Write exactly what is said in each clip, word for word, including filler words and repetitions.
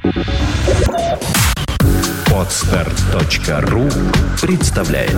Подстер точка ру представляет.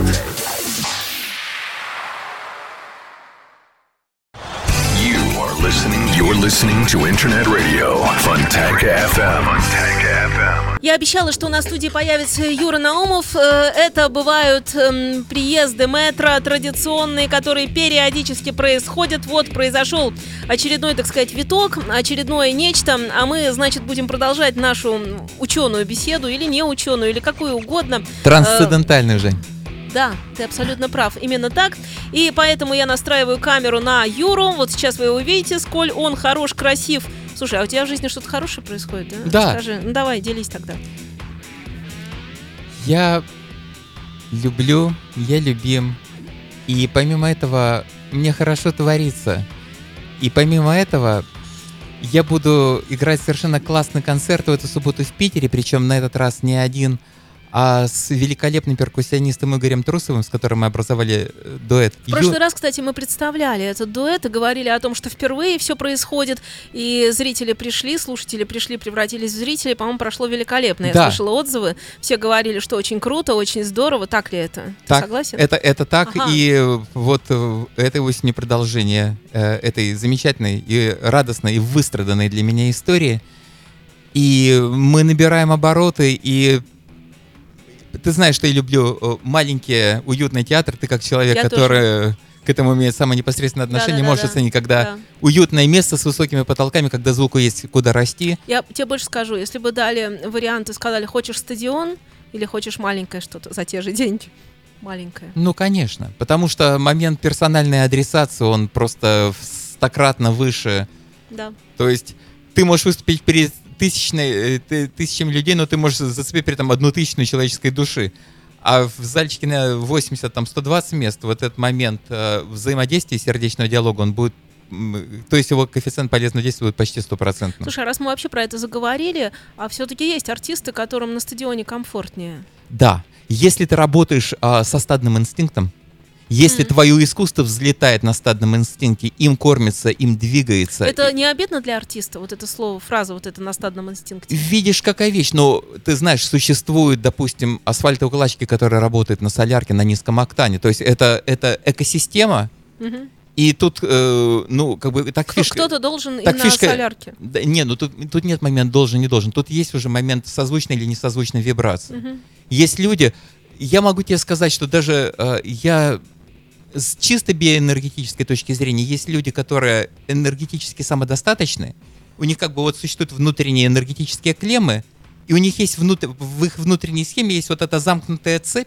You are listening. You're listening to Internet Radio Fontanka эф эм. Fontanka эф эм. Я обещала, что у нас в студии появится Юра Наумов. Это бывают эм, приезды метро традиционные, которые периодически происходят. Вот произошел очередной, так сказать, виток, очередное нечто. А мы, значит, будем продолжать нашу ученую беседу, или не ученую, или какую угодно. Трансцендентальную, Жень. Да, ты абсолютно прав, именно так. И поэтому я настраиваю камеру на Юру. Вот сейчас вы его видите, сколь он хорош, красив. Слушай, а у тебя в жизни что-то хорошее происходит, да? Да. Скажи, ну давай, делись тогда. Я люблю, я любим. И помимо этого, мне хорошо творится. И помимо этого, я буду играть совершенно классный концерт в эту субботу в Питере. Причем на этот раз не один, а с великолепным перкуссионистом Игорем Трусовым, с которым мы образовали дуэт. В прошлый Ю... раз, кстати, мы представляли этот дуэт и говорили о том, что впервые все происходит, и зрители пришли, слушатели пришли, превратились в зрителей. По-моему, прошло великолепно. Я да. слышала отзывы, все говорили, что очень круто, очень здорово. Так ли это? Ты так, согласен? Это, это так, ага. И вот этой осенью продолжение э, этой замечательной и радостной, и выстраданной для меня истории. И мы набираем обороты, и ты знаешь, что я люблю маленький уютный театр. Ты как человек, я который тоже. К этому имеет самое непосредственное отношение, да, да, можешь да, оценить, когда да. уютное место с высокими потолками, когда звуку есть куда расти. Я тебе больше скажу, если бы дали варианты, сказали, хочешь стадион или хочешь маленькое что-то за те же деньги. Маленькое. Ну, конечно, потому что момент персональной адресации, он просто стократно выше. Да. То есть ты можешь выступить перед тысячной, тысячами людей, но ты можешь зацепить при этом одну тысячную человеческой души. А в зальчике на восемьдесят, там, сто двадцать мест, вот этот момент э, взаимодействия сердечного диалога, он будет, то есть его коэффициент полезного действия будет почти стопроцентным. Слушай, а раз мы вообще про это заговорили, а все-таки есть артисты, которым на стадионе комфортнее. Да, если ты работаешь э, со стадным инстинктом, если mm. твое искусство взлетает на стадном инстинкте, им кормится, им двигается. Это не обидно для артиста, вот это слово, фраза вот это на стадном инстинкте? Видишь, какая вещь, но ты знаешь, существуют, допустим, асфальтоукладчики, которые работают на солярке на низком октане, то есть это, это экосистема, mm-hmm. и тут, э, ну, как бы так фишка... Кто-то должен так и фишка, на солярке. Да, не, ну тут, тут нет момента должен, не должен, тут есть уже момент созвучной или несозвучной вибрации. Mm-hmm. Есть люди, я могу тебе сказать, что даже э, я... С чисто биоэнергетической точки зрения есть люди, которые энергетически самодостаточны, у них как бы вот существуют внутренние энергетические клеммы, и у них есть внутр... в их внутренней схеме есть вот эта замкнутая цепь,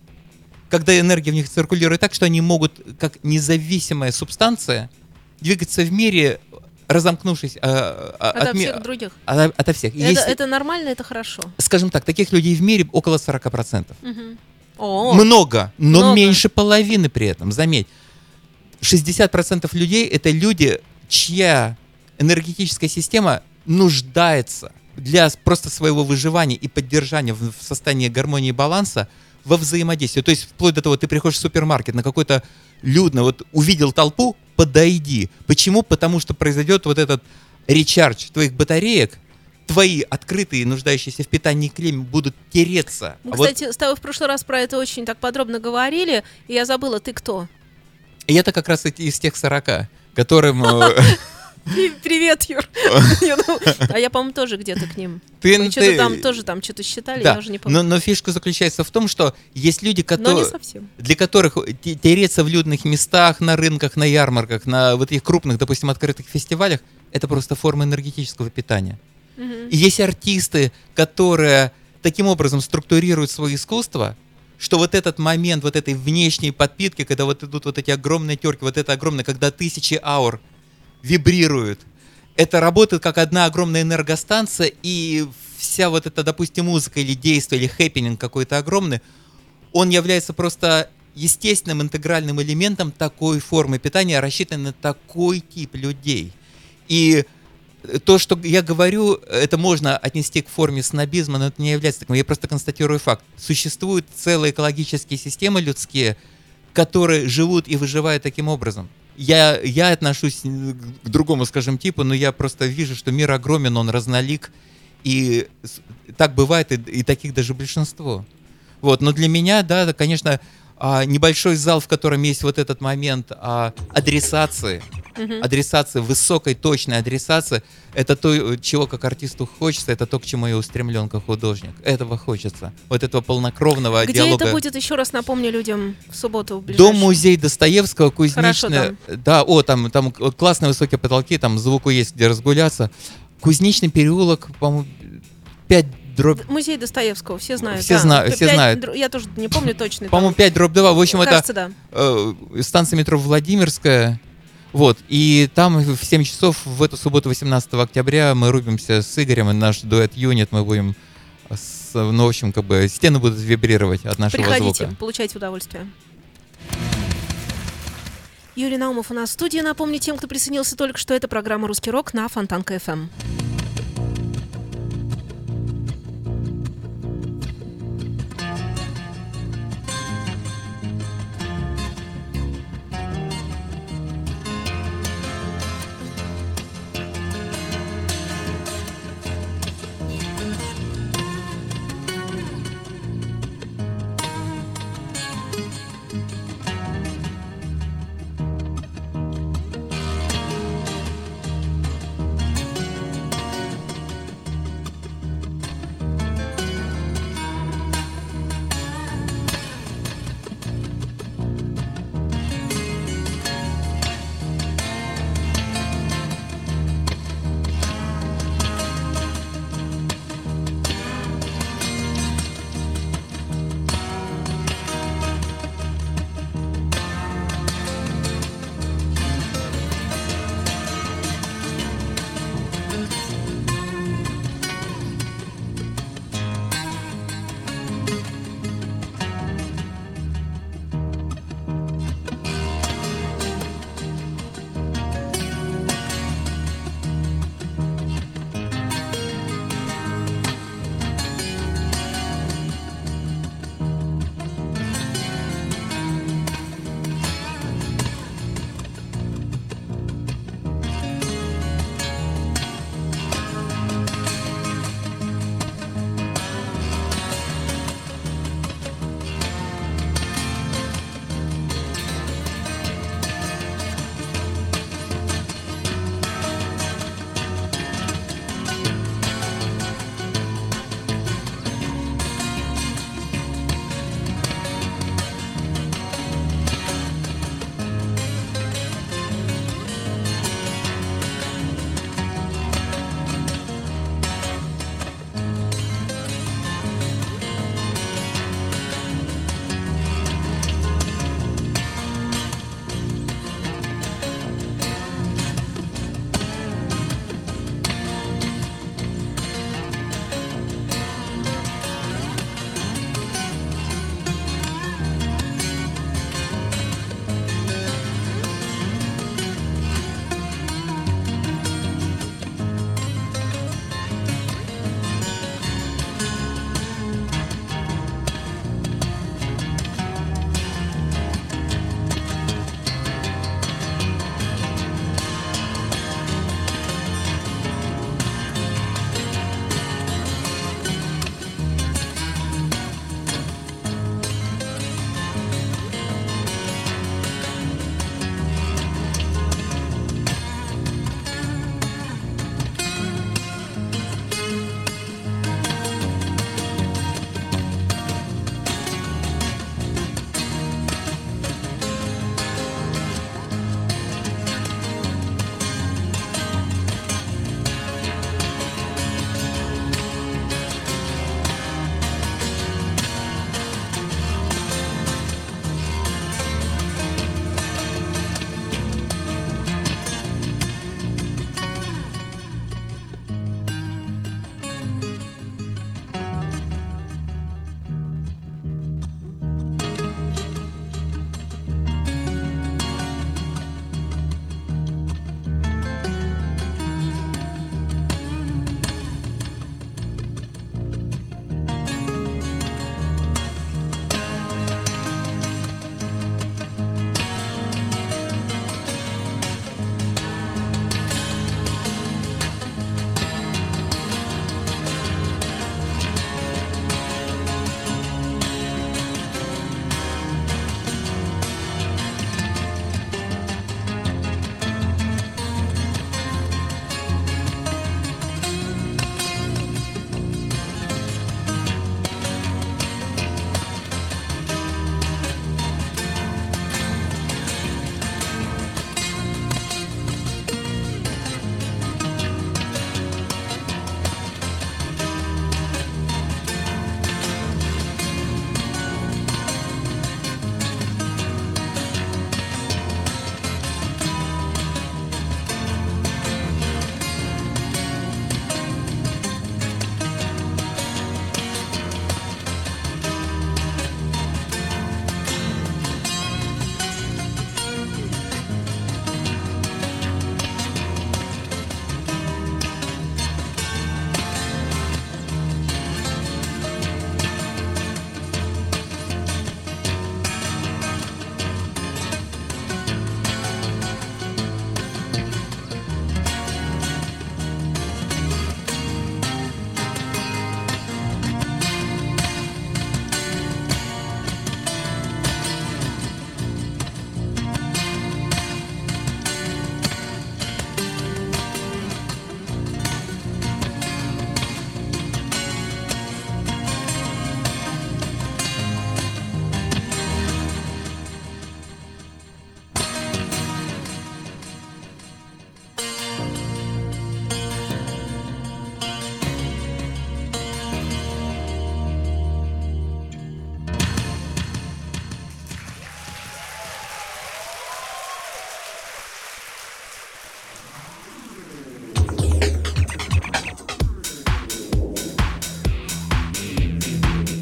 когда энергия в них циркулирует так, что они могут, как независимая субстанция, двигаться в мире, разомкнувшись а, а, ото от всех ми... других. А, ото всех. Это, есть... это нормально, это хорошо. Скажем так, таких людей в мире около сорок процентов. Угу. О, много, но много. меньше половины при этом, заметь. шестьдесят процентов людей — это люди, чья энергетическая система нуждается для просто своего выживания и поддержания в состоянии гармонии и баланса во взаимодействии. То есть вплоть до того, ты приходишь в супермаркет на какой-то людно, вот увидел толпу, подойди. Почему? Потому что произойдет вот этот речардж твоих батареек, твои открытые, нуждающиеся в питании клеммы будут тереться. Мы, а кстати, вот... с тобой в прошлый раз про это очень так подробно говорили, и я забыла, ты кто? И это как раз из тех сорока, которым... Привет, Юр. А я, по-моему, тоже где-то к ним. Ты, Мы ты... что-то там тоже там что-то считали, да. я уже не помню. Но, но фишка заключается в том, что есть люди, которые... Но не совсем. Для которых тереться в людных местах, на рынках, на ярмарках, на вот этих крупных, допустим, открытых фестивалях, это просто форма энергетического питания. Угу. И есть артисты, которые таким образом структурируют свое искусство, что вот этот момент, вот этой внешней подпитки, когда вот идут вот эти огромные терки, вот это огромное, когда тысячи аур вибрируют, это работает как одна огромная энергостанция, и вся вот эта, допустим, музыка или действие, или хэппининг какой-то огромный, он является просто естественным интегральным элементом такой формы питания, рассчитанной на такой тип людей. И то, что я говорю, это можно отнести к форме снобизма, но это не является таким. Я просто констатирую факт. Существуют целые экологические системы людские, которые живут и выживают таким образом. Я, я отношусь к другому, скажем, типу, но я просто вижу, что мир огромен, он разнолик, И так бывает, и, и таких даже большинство. Вот. Но для меня, да, конечно, небольшой зал, в котором есть вот этот момент адресации, Uh-huh. адресация, высокой, точной адресации, это то, чего как артисту хочется, это то, к чему я устремлен как художник. Этого хочется. Вот этого полнокровного Где диалога. Где это будет, еще раз напомню людям, в субботу? В Дом-музей Достоевского, Кузнечная. Хорошо, да, о, там, там классные высокие потолки, там звуку есть, где разгуляться. Кузнечный переулок, по-моему, пять дробь... Музей Достоевского, все знают. Все, да. зна... все пять... знают. Я тоже не помню точно. По-моему, пять дробь два. В общем, Кажется, это да. э, станция метро Владимирская. Вот, и там в семь часов в эту субботу, восемнадцатого октября, мы рубимся с Игорем, и наш дуэт-юнит, мы будем, с, ну, в общем, как бы, стены будут вибрировать от нашего Приходите, звука. получайте удовольствие. Юрий Наумов у нас в студии. Напомню тем, кто присоединился только что, это программа «Русский рок» на Фонтанка эф эм.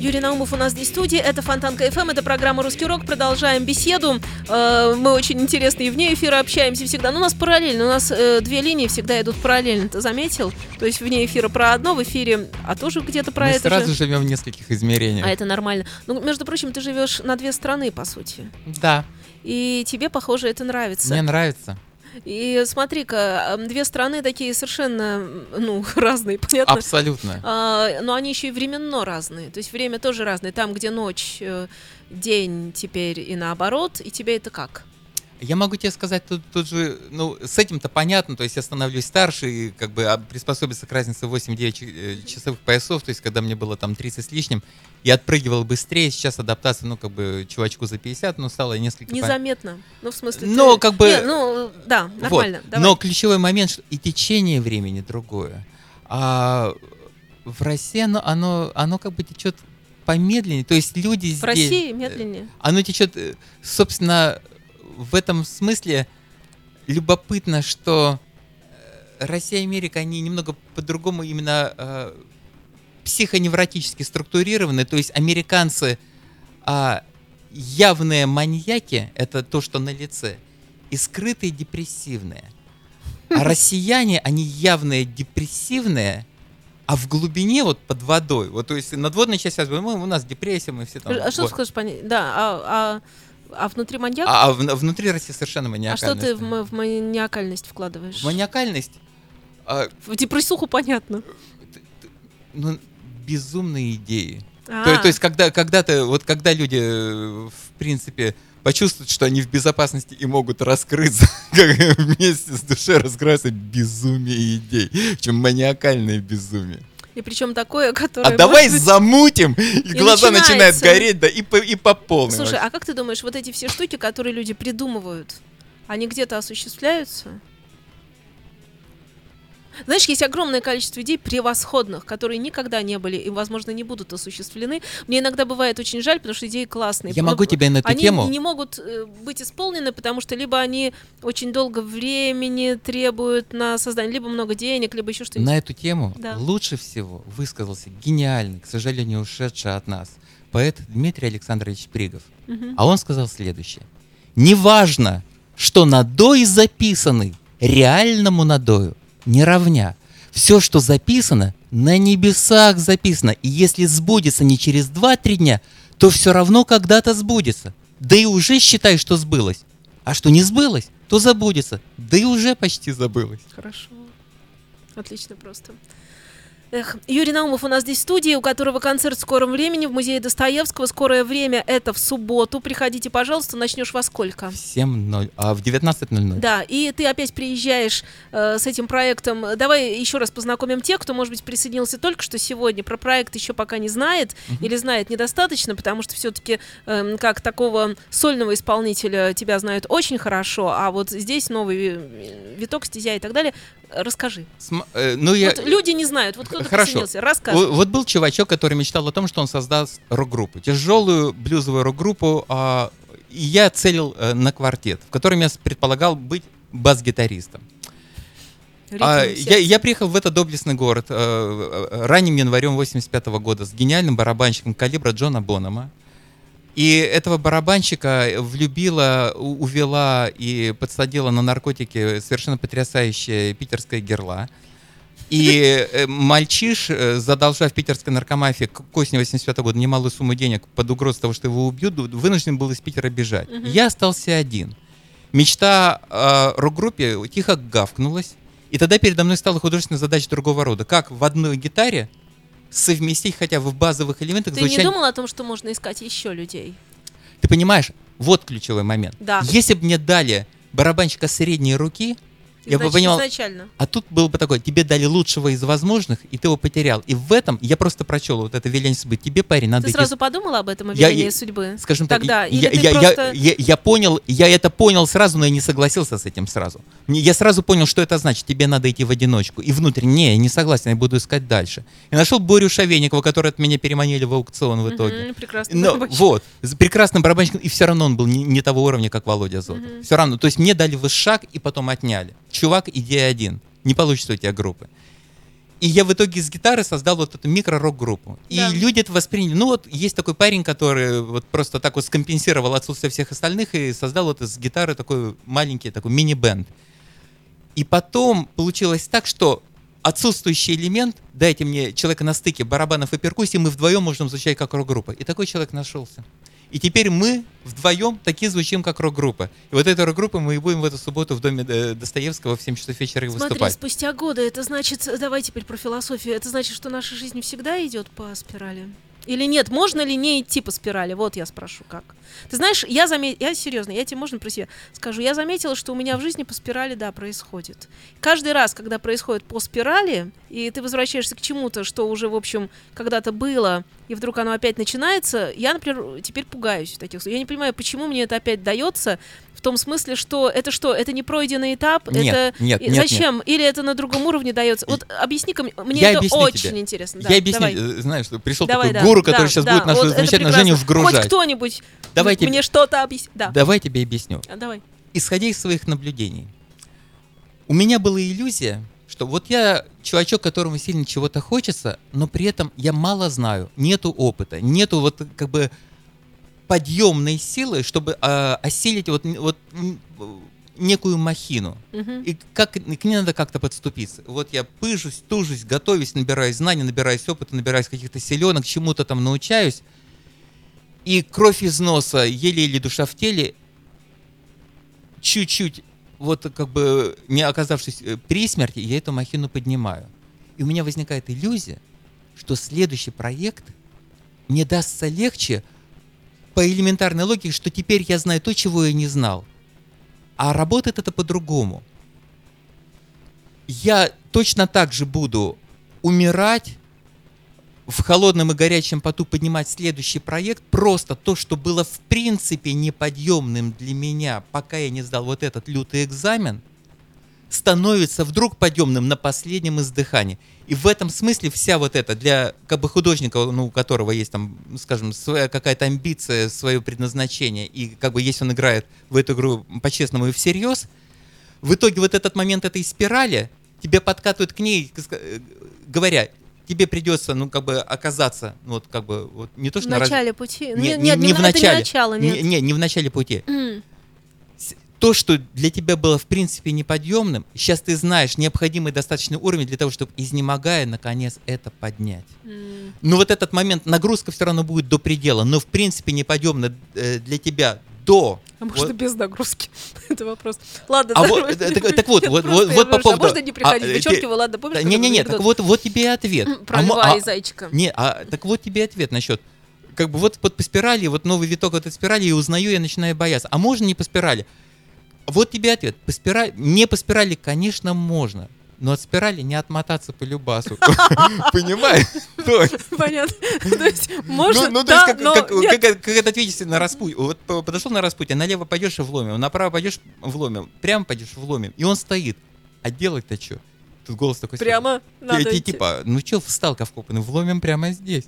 Юрий Наумов у нас здесь в студии. Это Фонтанка эф эм, это программа «Русский рок». Продолжаем беседу. Мы очень интересно и вне эфира общаемся всегда. Но у нас параллельно, у нас две линии всегда идут параллельно. Ты заметил? То есть вне эфира про одно, в эфире, а тоже где-то про Мы это сразу же. живем в нескольких измерениях. А это нормально. Ну, между прочим, ты живешь на две страны, по сути. Да. И тебе, похоже, это нравится. Мне нравится. И смотри-ка, две страны такие совершенно, ну, разные, понятно? Абсолютно. А, но они еще и временно разные. То есть время тоже разное. Там, где ночь, день теперь и наоборот. И тебе это как? Я могу тебе сказать, тут, тут же, ну, с этим-то понятно, то есть я становлюсь старше и как бы приспособиться к разнице восемь-девять часовых поясов, то есть когда мне было там тридцать с лишним, я отпрыгивал быстрее, сейчас адаптация, ну, как бы чувачку за пятьдесят, ну, стало несколько... Незаметно, пон... ну, в смысле... Но, ты... как бы... Не, ну, да, нормально, вот. давай. Но ключевой момент, что и течение времени другое, а в России оно, оно, оно как бы течет помедленнее, то есть люди здесь... В России медленнее? Оно течет, собственно... В этом смысле любопытно, что Россия и Америка, они немного по-другому именно э, психоневротически структурированы. То есть американцы э, явные маньяки, это то, что на лице, и скрытые депрессивные. А россияне, они явные депрессивные, а в глубине, вот под водой, вот, то есть надводная часть, мы, у нас депрессия, мы все там... А что вот. ты хочешь понять? Да, а... а... А внутри маньяк? А, а в, внутри России совершенно маниакальность. А что ты в, в маниакальность вкладываешь? В маниакальность? А, в депрессуху понятно. Ну, безумные идеи. А. То, то есть, когда, когда-то, вот когда люди, в принципе, почувствуют, что они в безопасности и могут раскрыться, как вместе с душой раскрывается безумие идей, в чем маниакальное безумие. И причем такое, которое... А давай быть... замутим, и, и глаза начинается. начинают гореть, да, и по, и по полной. Слушай, а как ты думаешь, вот эти все штуки, которые люди придумывают, они где-то осуществляются? Знаешь, есть огромное количество идей превосходных, которые никогда не были и, возможно, не будут осуществлены. Мне иногда бывает очень жаль, потому что идеи классные. Я могу тебе на эту они тему... Они не могут быть исполнены, потому что либо они очень долго времени требуют на создание, либо много денег, либо еще что-нибудь. На эту тему да. лучше всего высказался гениальный, к сожалению, ушедший от нас, поэт Дмитрий Александрович Пригов. Угу. А он сказал следующее. «Неважно, что надой записанный реальному надою не равня. Все, что записано, на небесах записано. И если сбудется не через два-три дня, то все равно когда-то сбудется. Да и уже считай, что сбылось. А что не сбылось, то забудется. Да и уже почти забылось». Хорошо. Отлично просто. Эх, Юрий Наумов у нас здесь в студии, у которого концерт в скором времени в музее Достоевского. Скорое время — это в субботу. Приходите, пожалуйста. Начнешь во сколько? В семь ноль, а в девятнадцать ноль ноль. Да, и ты опять приезжаешь э, с этим проектом. Давай еще раз познакомим тех, кто, может быть, присоединился только что сегодня. Про проект еще пока не знает uh-huh. или знает недостаточно, потому что все-таки э, как такого сольного исполнителя тебя знают очень хорошо, а вот здесь новый виток, стезя и так далее. Расскажи. См- э, ну я... вот люди не знают, вот кто-то Хорошо. присоединился. Рассказывай. Вот был чувачок, который мечтал о том, что он создаст рок-группу, тяжелую блюзовую рок-группу, а, и я целил а, на квартет, в котором я предполагал быть бас-гитаристом. А, я, я приехал в этот доблестный город а, ранним январем восемьдесят пятого года с гениальным барабанщиком калибра Джона Бонома. И этого барабанщика влюбила, увела и подсадила на наркотики совершенно потрясающая питерская герла. И мальчиш, задолжав питерской наркомафии к осени восемьдесят пятого года немалую сумму денег под угрозой того, что его убьют, вынужден был из Питера бежать. Uh-huh. Я остался один. Мечта о рок-группе тихо гавкнулась. И тогда передо мной стала художественная задача другого рода. Как в одной гитаре совместить хотя бы в базовых элементах Ты звучание... не думал о том, что можно искать еще людей? Ты понимаешь, вот ключевой момент. Да. Если бы мне дали барабанщика средней руки, я бы понимал, изначально. А тут было бы такое, тебе дали лучшего из возможных, и ты его потерял. И в этом я просто прочел вот это веление судьбы. Тебе, парень, надо Ты идти... сразу подумал об этом, о велении я, судьбы? Скажем Тогда, так, или я, ты я, просто... я, я, я понял, я это понял сразу, но я не согласился с этим сразу. Я сразу понял, что это значит, тебе надо идти в одиночку. И внутренне, не, я не согласен, я буду искать дальше. И нашел Борю Шавейникова, который от меня переманили в аукцион в итоге. Угу, прекрасный но, барабанщик. Вот, прекрасным барабанщиком, и все равно он был не, не того уровня, как Володя Зотов. Угу. Все равно, то есть мне дали высшак и потом отняли. Чувак, иди один. Не получится у тебя группы. И я в итоге с гитары создал вот эту микро-рок-группу. И Да. люди это восприняли. Ну вот есть такой парень, который вот просто так вот скомпенсировал отсутствие всех остальных и создал вот из гитары такой маленький такой мини-бенд. И потом получилось так, что отсутствующий элемент, дайте мне человека на стыке барабанов и перкуссии, мы вдвоем можем звучать как рок-группа. И такой человек нашелся. И теперь мы вдвоем такие звучим, как рок-группа. И вот этой рок-группой мы и будем в эту субботу в доме э, Достоевского в семь часов вечера и Смотри, выступать. спустя годы, это значит, давай теперь про философию, это значит, что наша жизнь всегда идет по спирали? Или нет, можно ли не идти по спирали? Вот я спрошу, как. Ты знаешь, я заметила, я серьезно, я тебе можно про себя скажу, я заметила, что у меня в жизни по спирали, да, происходит. Каждый раз, когда происходит по спирали, и ты возвращаешься к чему-то, что уже, в общем, когда-то было, и вдруг оно опять начинается, я, например, теперь пугаюсь таких случаев. Я не понимаю, почему мне это опять дается, в том смысле, что это что, это не пройденный этап? Нет, это... нет, и нет, зачем? Или это на другом уровне дается? Вот объясни-ка мне, мне Я это объясню очень тебе. интересно. Я Да, объясню, давай. э, знаешь, что пришел Давай, такой да, гуру, который да, сейчас да, будет нашу вот это замечательную прекрасно. Женю вгружать. Хоть кто-нибудь Давай тебе- мне что-то объяснит. Да. Давай тебе объясню. А, давай. Исходя из своих наблюдений, у меня была иллюзия, что вот я чувачок, которому сильно чего-то хочется, но при этом я мало знаю, нету опыта, нету вот как бы подъемной силы, чтобы э, осилить вот, вот м, некую махину. Мгм. И как, к ней надо как-то подступиться. Вот я пыжусь, тужусь, готовюсь, набираюсь знаний, набираюсь опыта, набираюсь каких-то селенок, чему-то там научаюсь. И кровь из носа, еле-еле душа в теле, чуть-чуть, вот как бы не оказавшись э, при смерти, я эту махину поднимаю. И у меня возникает иллюзия, что следующий проект мне дастся легче по элементарной логике, что теперь я знаю то, чего я не знал. А работает это по-другому. Я точно так же буду умирать, в холодном и горячем поту поднимать следующий проект, просто то, что было в принципе неподъемным для меня, пока я не сдал вот этот лютый экзамен, становится вдруг подъемным на последнем издыхании. И в этом смысле вся вот эта для как бы художника, ну, у которого есть там, скажем, своя какая-то амбиция, свое предназначение, и как бы если он играет в эту игру по-честному и всерьез, в итоге вот этот момент этой спирали тебя подкатывают к ней, говоря, тебе придется, ну, как бы оказаться, ну, вот как бы, вот не то, В что на раз- начале пути. Не, Нет, не- нет, не не в это начале. не начало, нет. Не, не, не в начале пути. М. С- То, что для тебя было в принципе неподъемным, сейчас ты знаешь необходимый достаточный уровень для того, чтобы, изнемогая, наконец это поднять. М. Но вот этот момент, нагрузка все равно будет до предела, но в принципе неподъемно э, для тебя до... А может, вот- и без нагрузки? Это вопрос. Ладно, А давай. вот, э, так, так вот, Нет, вот, просто вот, я вот по прошу, поводу... А можно не приходить? а, э, Вычеркивай, ладно, помнишь? да, как Не-не-не, этот так анекдот? вот, вот тебе ответ. Про А мо- льва а- и зайчика. Не, а, так вот тебе ответ насчет. Как бы вот, вот по спирали, вот новый виток этой спирали, и узнаю, я начинаю бояться. А можно не по спирали? Вот тебе ответ. По спирали, не по спирали, конечно, можно. Но от спирали не отмотаться по любасу. Понимаешь? То есть, Понятно. То есть, можно, ну, ну, то да, есть, как, но как, нет. как, как это ответить на распутье. Вот по- подошел на распутье, налево пойдешь и вломим, направо пойдешь вломим, прямо пойдешь вломим. И он стоит. А делать-то что? Тут голос такой. Прямо Ти- надо ти- идти. Типа, ну что встал, как вкопанный, вломим прямо здесь.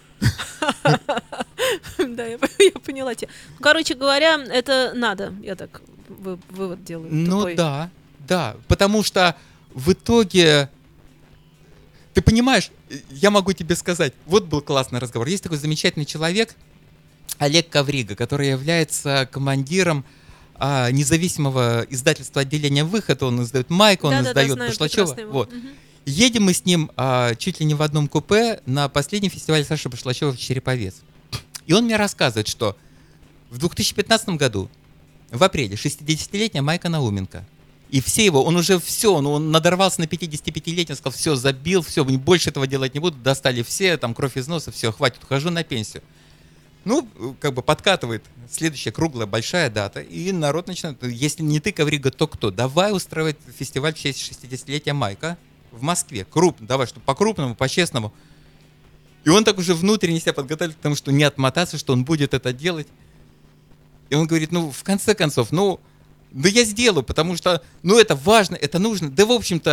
Да, я я поняла тебя. Ну, короче говоря, это надо. Я так вы- вывод делаю. Ну тупой. да, да. Потому что в итоге, ты понимаешь, я могу тебе сказать, вот был классный разговор. Есть такой замечательный человек, Олег Коврига, который является командиром а, независимого издательства отделения «Выход». Он издает «Майк», он Да-да-да, издает знаю Башлачева. прекрасно его. Вот. Мгм. Едем мы с ним а, чуть ли не в одном купе на последний фестиваль Саши Башлачева в Череповец. И он мне рассказывает, что в две тысячи пятнадцатом году, в апреле, шестидесятилетняя Майка Науменко, и все его, он уже все, он, он надорвался на пятидесятипятилетний, сказал, все, забил, все, больше этого делать не буду, достали все, там, кровь из носа, все, хватит, ухожу на пенсию. Ну, как бы подкатывает следующая круглая большая дата, и народ начинает, если не ты, Коврига, то кто? Давай устраивать фестиваль в честь шестидесятилетия Майка в Москве, крупно, давай, что по-крупному, по-честному. И он так уже внутренне себя подготовил к тому, что не отмотаться, что он будет это делать. И он говорит, ну, в конце концов, ну, да я сделаю, потому что, ну, это важно, это нужно. Да, в общем-то,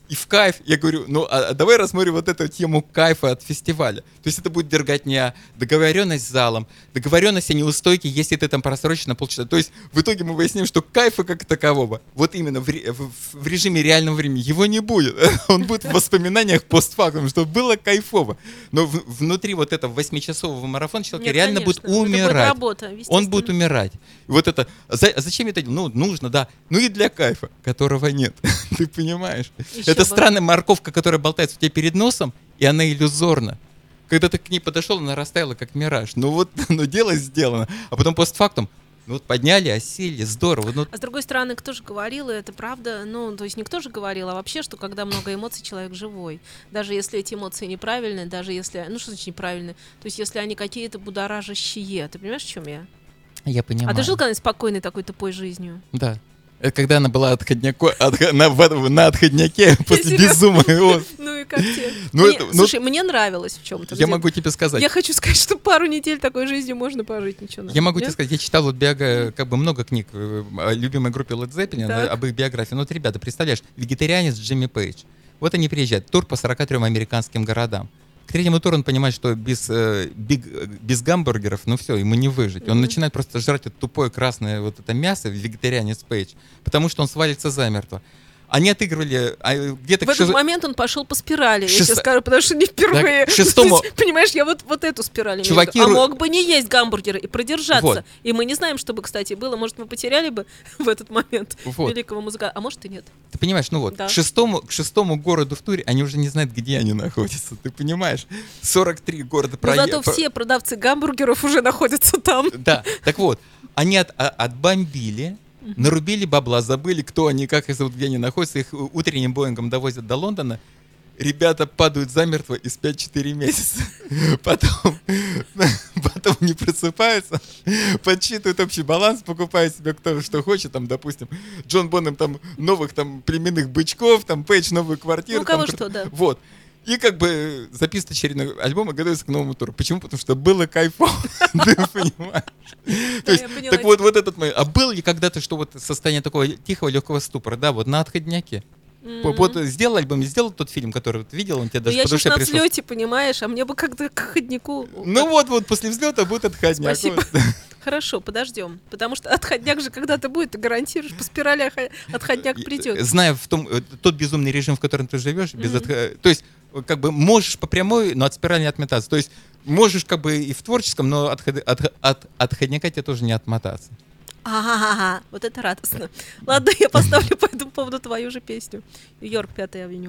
и в кайф. Я говорю, ну, а, а давай рассмотрим вот эту тему кайфа от фестиваля. То есть это будет дерготня, договоренность с залом, договоренность о неустойке, если ты там просрочишь на полчаса. То есть в итоге мы выясним, что кайфа как такового, вот именно в, ре, в, в режиме реального времени, его не будет. Он будет в воспоминаниях постфактум, что было кайфово. Но в, внутри вот этого восьмичасового марафона человек Нет, реально конечно. будет умирать. Это будет работа, Он будет умирать. И вот это, за, зачем это делать? Ну, нужно, да. Ну и для кайфа, которого нет. Ты понимаешь? Еще Это бы. странная морковка, которая болтается у тебя перед носом, и она иллюзорна. Когда ты к ней подошел, она растаяла, как мираж. Ну вот, ну дело сделано. А потом постфактум, ну вот подняли, осели, здорово. Ну, А с другой стороны, кто же говорил, и это правда, ну, то есть никто же говорил, а вообще, что когда много эмоций, человек живой. Даже если эти эмоции неправильные, даже если, ну что значит неправильные, то есть если они какие-то будоражащие, ты понимаешь, в чем я? я понимаю. А ты жил когда-нибудь спокойной такой тупой жизнью? Да. Это когда она была отходняко, отх- на, в- на отходняке после Серьезно? безумия. Вот. Ну и как тебе? Ну, Мне- это- ну, Слушай, мне нравилось в чем-то. Я могу тебе сказать. Я хочу сказать, что пару недель такой жизнью можно пожить, ничего. Я могу Нет? тебе сказать, я читал вот биога, как бы много книг э, о любимой группе Led Zeppelin, Так. об их биографии. Ну вот, ребята, представляешь, вегетарианец Джимми Пейдж. Вот они приезжают, тур по сорока трём американским городам. К третьему туру он понимает, что без, э, биг, без гамбургеров, ну все, ему не выжить. Он Мгм. начинает просто жрать это тупое красное вот это мясо, вегетарианец Пейдж, потому что он свалится замертво. Они отыгрывали а, где-то В к этот шиз- момент он пошел по спирали, я Шест- тебе скажу, потому что не впервые. Так, к шестому- То есть, понимаешь, я вот, вот эту спираль имею в Чуваки виду. А ру- мог бы не есть гамбургеры и продержаться. Вот. И мы не знаем, что бы, кстати, было. Может, мы потеряли бы в этот момент Вот. великого музыка, а может и нет. Ты понимаешь, ну вот, Да. к, шестому, к шестому городу в туре они уже не знают, где они находятся. Ты понимаешь? сорок три города Но прое- зато про- все продавцы гамбургеров уже находятся там. Да, так вот, они от, а- отбомбили, нарубили бабла, забыли, кто они, как их зовут, где они находятся, их у- утренним Боингом довозят до Лондона. Ребята падают замертво и спят четыре месяца. Потом, потом не просыпаются, подсчитывают общий баланс, покупают себе кто что хочет, там, допустим, Джон Боннем там новых там племенных бычков, там Пейдж новую квартиру. Ну, у кого там, что, да. Вот. И как бы записывает очередной альбом и готовится к новому туру. Почему? Потому что было кайфово. Ты понимаешь? То есть, я поняла так тебя. вот, вот этот момент. А был ли когда-то, что вот состояние такого тихого, легкого ступора, да, вот на отходняке? Мгм. Вот сделал альбом, сделал тот фильм, который вот видел, он тебе Ну, даже я по сейчас душе на пришел. взлете, понимаешь, а мне бы как-то к ходнику. Ну вот, вот после взлета будет отходняк. Спасибо. Вот. Хорошо, подождем. Потому что отходняк же когда-то будет, ты гарантируешь, по спирали охо- отходняк И, придет. э, Зная в том, э, тот безумный режим, в котором ты живешь, без Мгм. отх- то есть э, как бы можешь по прямой, но от спирали не отметаться. То есть можешь как бы и в творческом, но от, ход- от, от отходняка тебе тоже не отмотаться. Ага, вот это радостно. Ладно, я поставлю по этому поводу твою же песню. Йорк, Пятая авеню.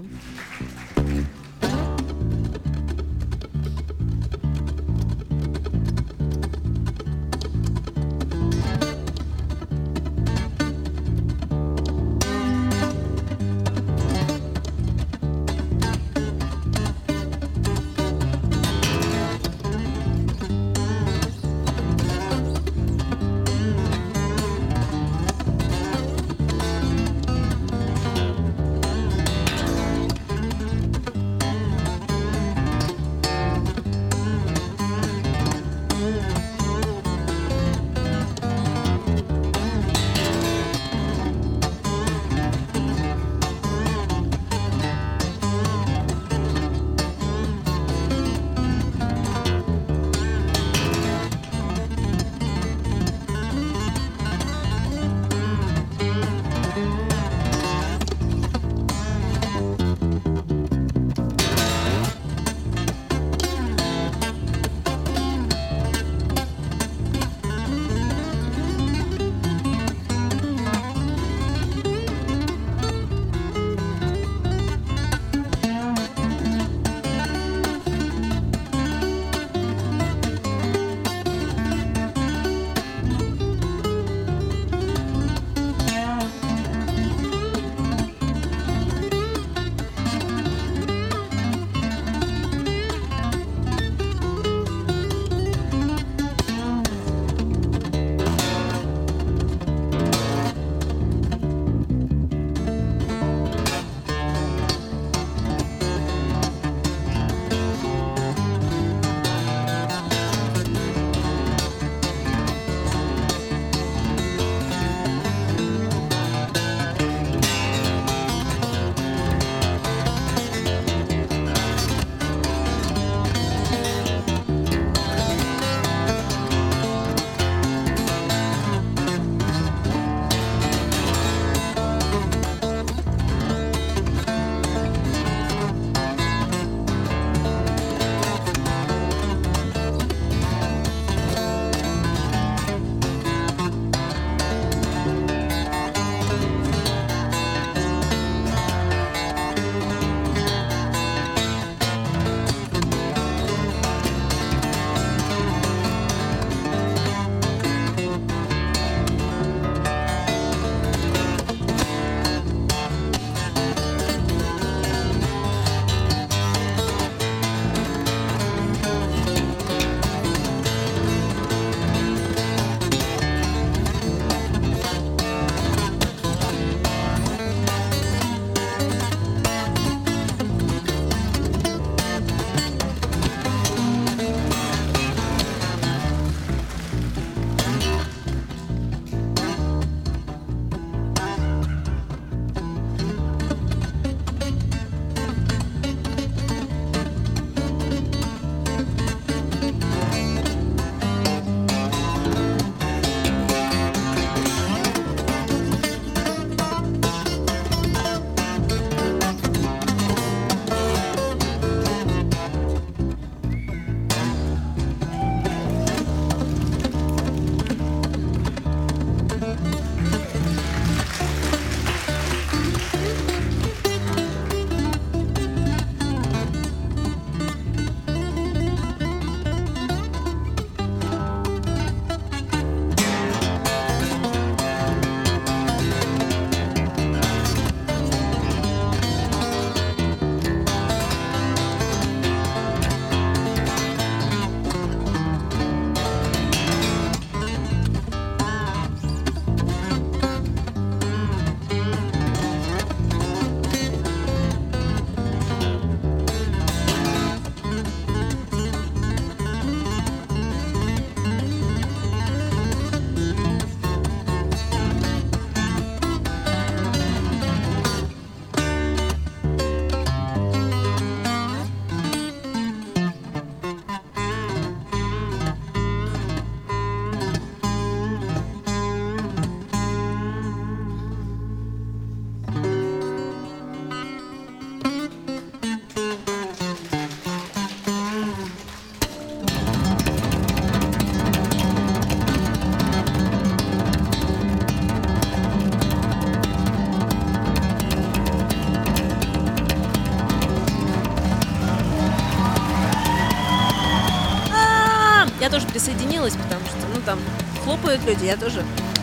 я тоже присоединилась, потому что, ну, там хлопают люди, я тоже.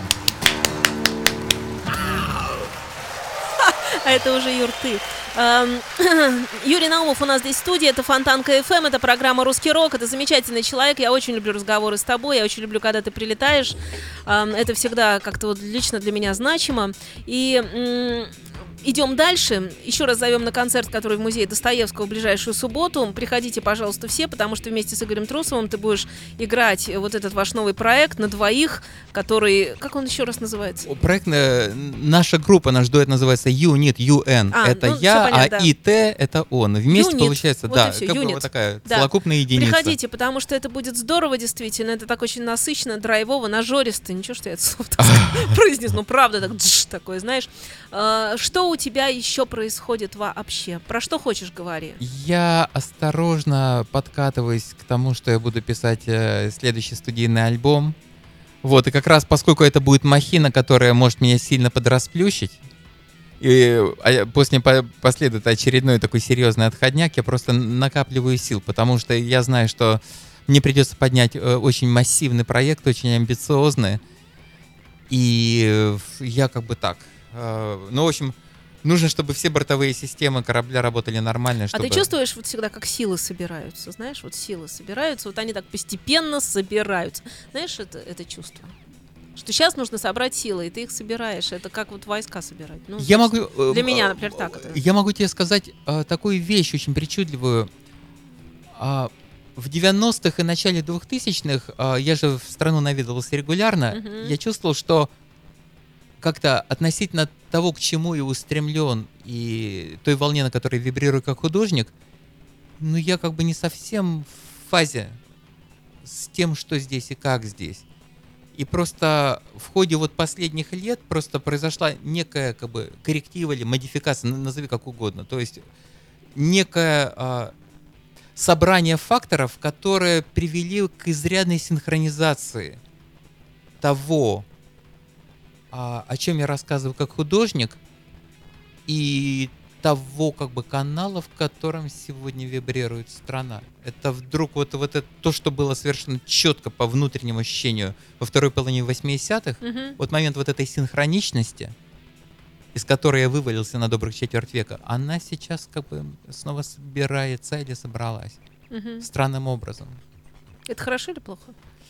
А это уже, Юр, ты. Юрий Наумов у нас здесь в студии, это Фонтанка эф эм, это программа «Русский рок», это замечательный человек, я очень люблю разговоры с тобой, я очень люблю, когда ты прилетаешь, это всегда как-то вот лично для меня значимо. И идем дальше. Еще раз зовем на концерт, который в музее Достоевского в ближайшую субботу. Приходите, пожалуйста, все, потому что вместе с Игорем Трусовым ты будешь играть вот этот ваш новый проект на двоих, который... Как он еще раз называется? Проект, наша группа, наш дуэт называется Unit, ю эн. А, это ну, я, понятно, а да. ай ти это он. Вместе Unit. Получается, вот да, как бы вот такая да. целокупная единица. Приходите, потому что это будет здорово, действительно. Это так очень насыщенно, драйвово, нажористо. Ничего, что я это слово произнес, ну правда, так такое, знаешь. Что у тебя еще происходит вообще? Про что хочешь, говори? Я осторожно подкатываюсь к тому, что я буду писать э, следующий студийный альбом. Вот, и как раз поскольку это будет махина, которая может меня сильно подрасплющить, и а, после по- последует очередной такой серьезный отходняк, я просто накапливаю сил, потому что я знаю, что мне придется поднять э, очень массивный проект, очень амбициозный, и э, я как бы так... Э, ну, в общем... Нужно, чтобы все бортовые системы корабля работали нормально. Чтобы... А ты чувствуешь вот всегда, как силы собираются, знаешь, вот силы собираются, вот они так постепенно собираются. Знаешь, это, это чувство? Что сейчас нужно собрать силы, и ты их собираешь. Это как вот войска собирать. Ну, я могу, для э, меня, например, так это. Я могу тебе сказать э, такую вещь очень причудливую. Э, в девяностых и начале двухтысячных э, я же в страну наведывался регулярно. Uh-huh. Я чувствовал, что как-то относительно того, к чему я устремлен, и той волне, на которой вибрирую как художник, ну, я как бы не совсем в фазе с тем, что здесь и как здесь. И просто в ходе вот последних лет просто произошла некая как бы корректива или модификация, назови как угодно. То есть некое а, собрание факторов, которые привели к изрядной синхронизации того, о чем я рассказываю как художник, и того как бы канала, в котором сегодня вибрирует страна. Это вдруг вот, вот это то, что было совершенно четко по внутреннему ощущению во второй половине восьмидесятых, mm-hmm. вот момент вот этой синхроничности, из которой я вывалился на добрых четверть века, она сейчас как бы снова собирается или собралась. Mm-hmm. Странным образом. Это хорошо или плохо?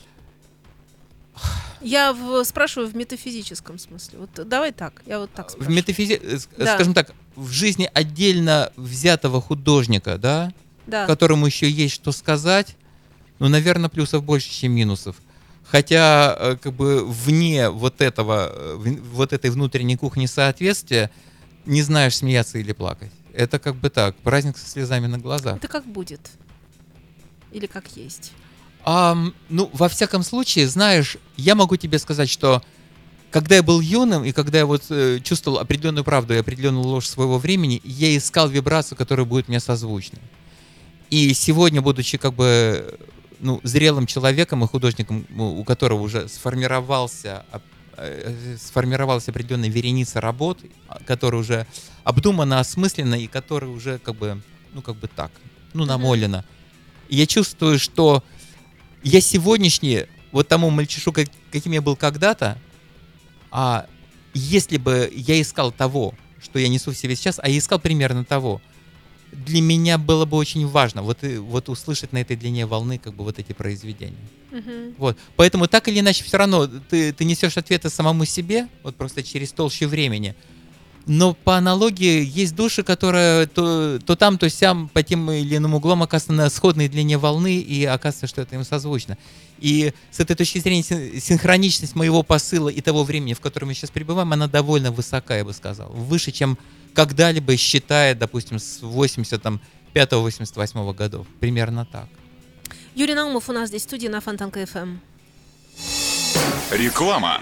Я в, спрашиваю в метафизическом смысле. Вот давай так, я вот так спрашиваю. В метафизи... да. Скажем так, в жизни отдельно взятого художника, да, да, которому еще есть что сказать, ну, наверное, плюсов больше, чем минусов. Хотя, как бы, вне вот этого, вот этой внутренней кухни соответствия, не знаешь, смеяться или плакать. Это как бы так, праздник со слезами на глазах. Это как будет? Или как есть? А, ну, во всяком случае, знаешь, я могу тебе сказать, что когда я был юным, и когда я вот э, чувствовал определенную правду и определенную ложь своего времени, я искал вибрацию, которая будет мне созвучна. И сегодня, будучи как бы ну, зрелым человеком и художником, у которого уже сформировался, э, сформировалась определенная вереница работ, которая уже обдумана, осмыслена и которая уже как бы, ну, как бы так, ну, намолена. Mm-hmm. И я чувствую, что я сегодняшний, вот тому мальчишу, как, каким я был когда-то, а если бы я искал того, что я несу в себе сейчас, а я искал примерно того, для меня было бы очень важно вот, вот услышать на этой длине волны как бы вот эти произведения. Uh-huh. Вот. Поэтому так или иначе все равно ты, ты несешь ответы самому себе, вот просто через толщу времени. Но по аналогии есть души, которые то, то там, то сям по тем или иным углам оказываются на сходной длине волны, и оказывается, что это им созвучно. И с этой точки зрения синхроничность моего посыла и того времени, в котором мы сейчас пребываем, она довольно высока, я бы сказал. Выше, чем когда-либо считая, допустим, с восемьдесят пятого — восемьдесят восьмого годов. Примерно так. Юрий Наумов у нас здесь в студии на Фонтанка эф эм. Реклама.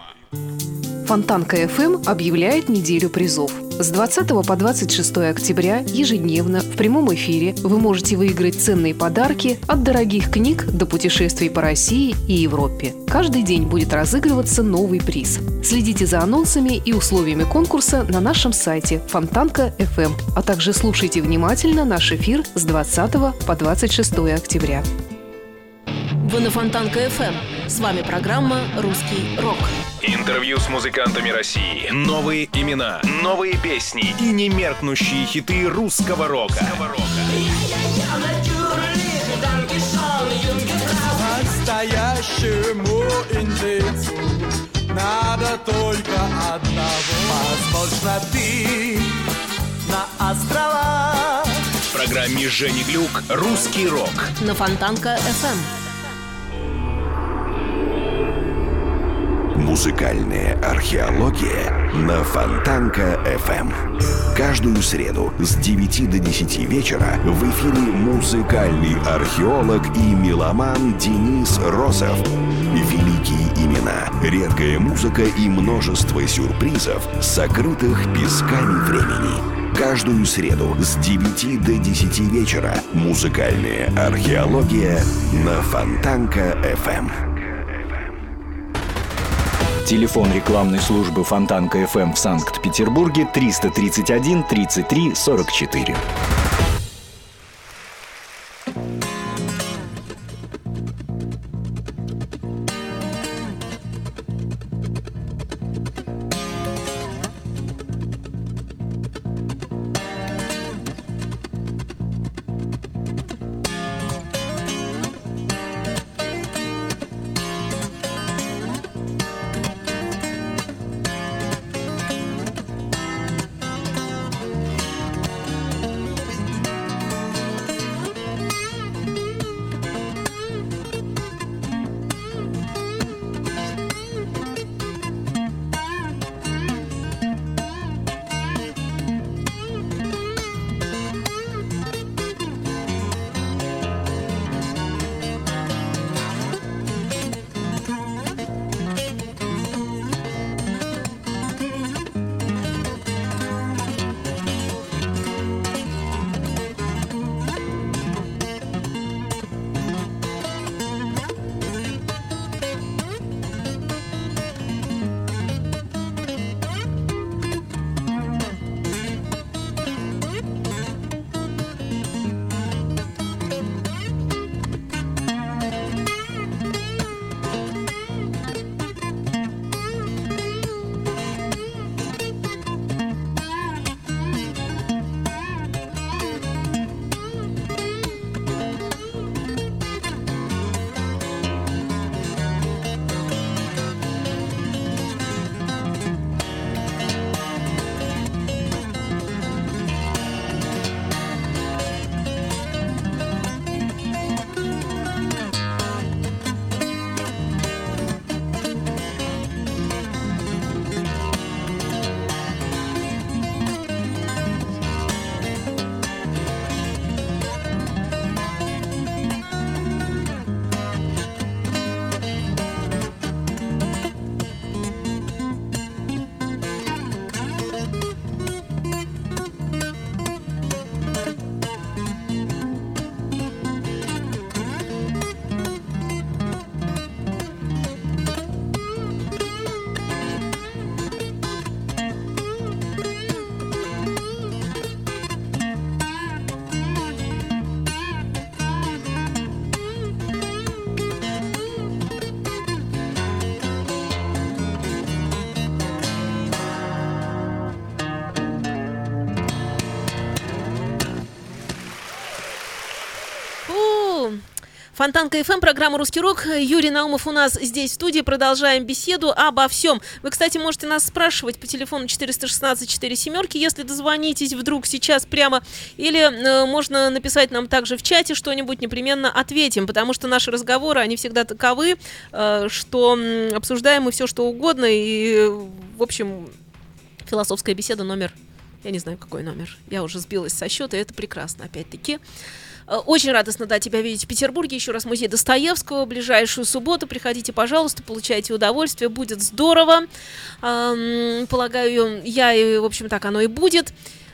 Фонтанка эф эм объявляет неделю призов. С двадцатого по двадцать шестое октября ежедневно в прямом эфире вы можете выиграть ценные подарки от дорогих книг до путешествий по России и Европе. Каждый день будет разыгрываться новый приз. Следите за анонсами и условиями конкурса на нашем сайте Фонтанка эф эм, а также слушайте внимательно наш эфир с двадцатого по двадцать шестое октября. Вы на Фонтанка эф эм. С вами программа «Русский рок». Интервью с музыкантами России. Новые имена, новые песни и немеркнущие хиты русского рока. Настоящему индейцу надо только одного. Возможно, ты на островах. В программе Жени Глюк «Русский рок» на Фонтанка эф эм. Музыкальная археология на Фонтанка эф эм. Каждую среду с девяти до десяти вечера в эфире музыкальный археолог и меломан Денис Розов. Великие имена, редкая музыка и множество сюрпризов, сокрытых песками времени. Каждую среду с девяти до десяти вечера музыкальная археология на Фонтанка эф эм. Телефон рекламной службы Фонтанка эф эм в Санкт-Петербурге триста тридцать один тридцать три сорок четыре. Фонтанка эф эм, программа «Русский рок». Юрий Наумов у нас здесь в студии. Продолжаем беседу обо всем. Вы, кстати, можете нас спрашивать по телефону четыреста шестнадцать четыре семерки, если дозвонитесь вдруг сейчас прямо. Или э, можно написать нам также в чате что-нибудь, непременно ответим. Потому что наши разговоры, они всегда таковы, э, что э, обсуждаем мы все, что угодно. И, в общем, философская беседа номер... Я не знаю, какой номер. Я уже сбилась со счета, и это прекрасно, опять-таки. Очень радостно, да, тебя видеть в Петербурге. Еще раз музей Достоевского. Ближайшую субботу приходите, пожалуйста, получайте удовольствие. Будет здорово. Эм, полагаю, я и, в общем, так оно и будет.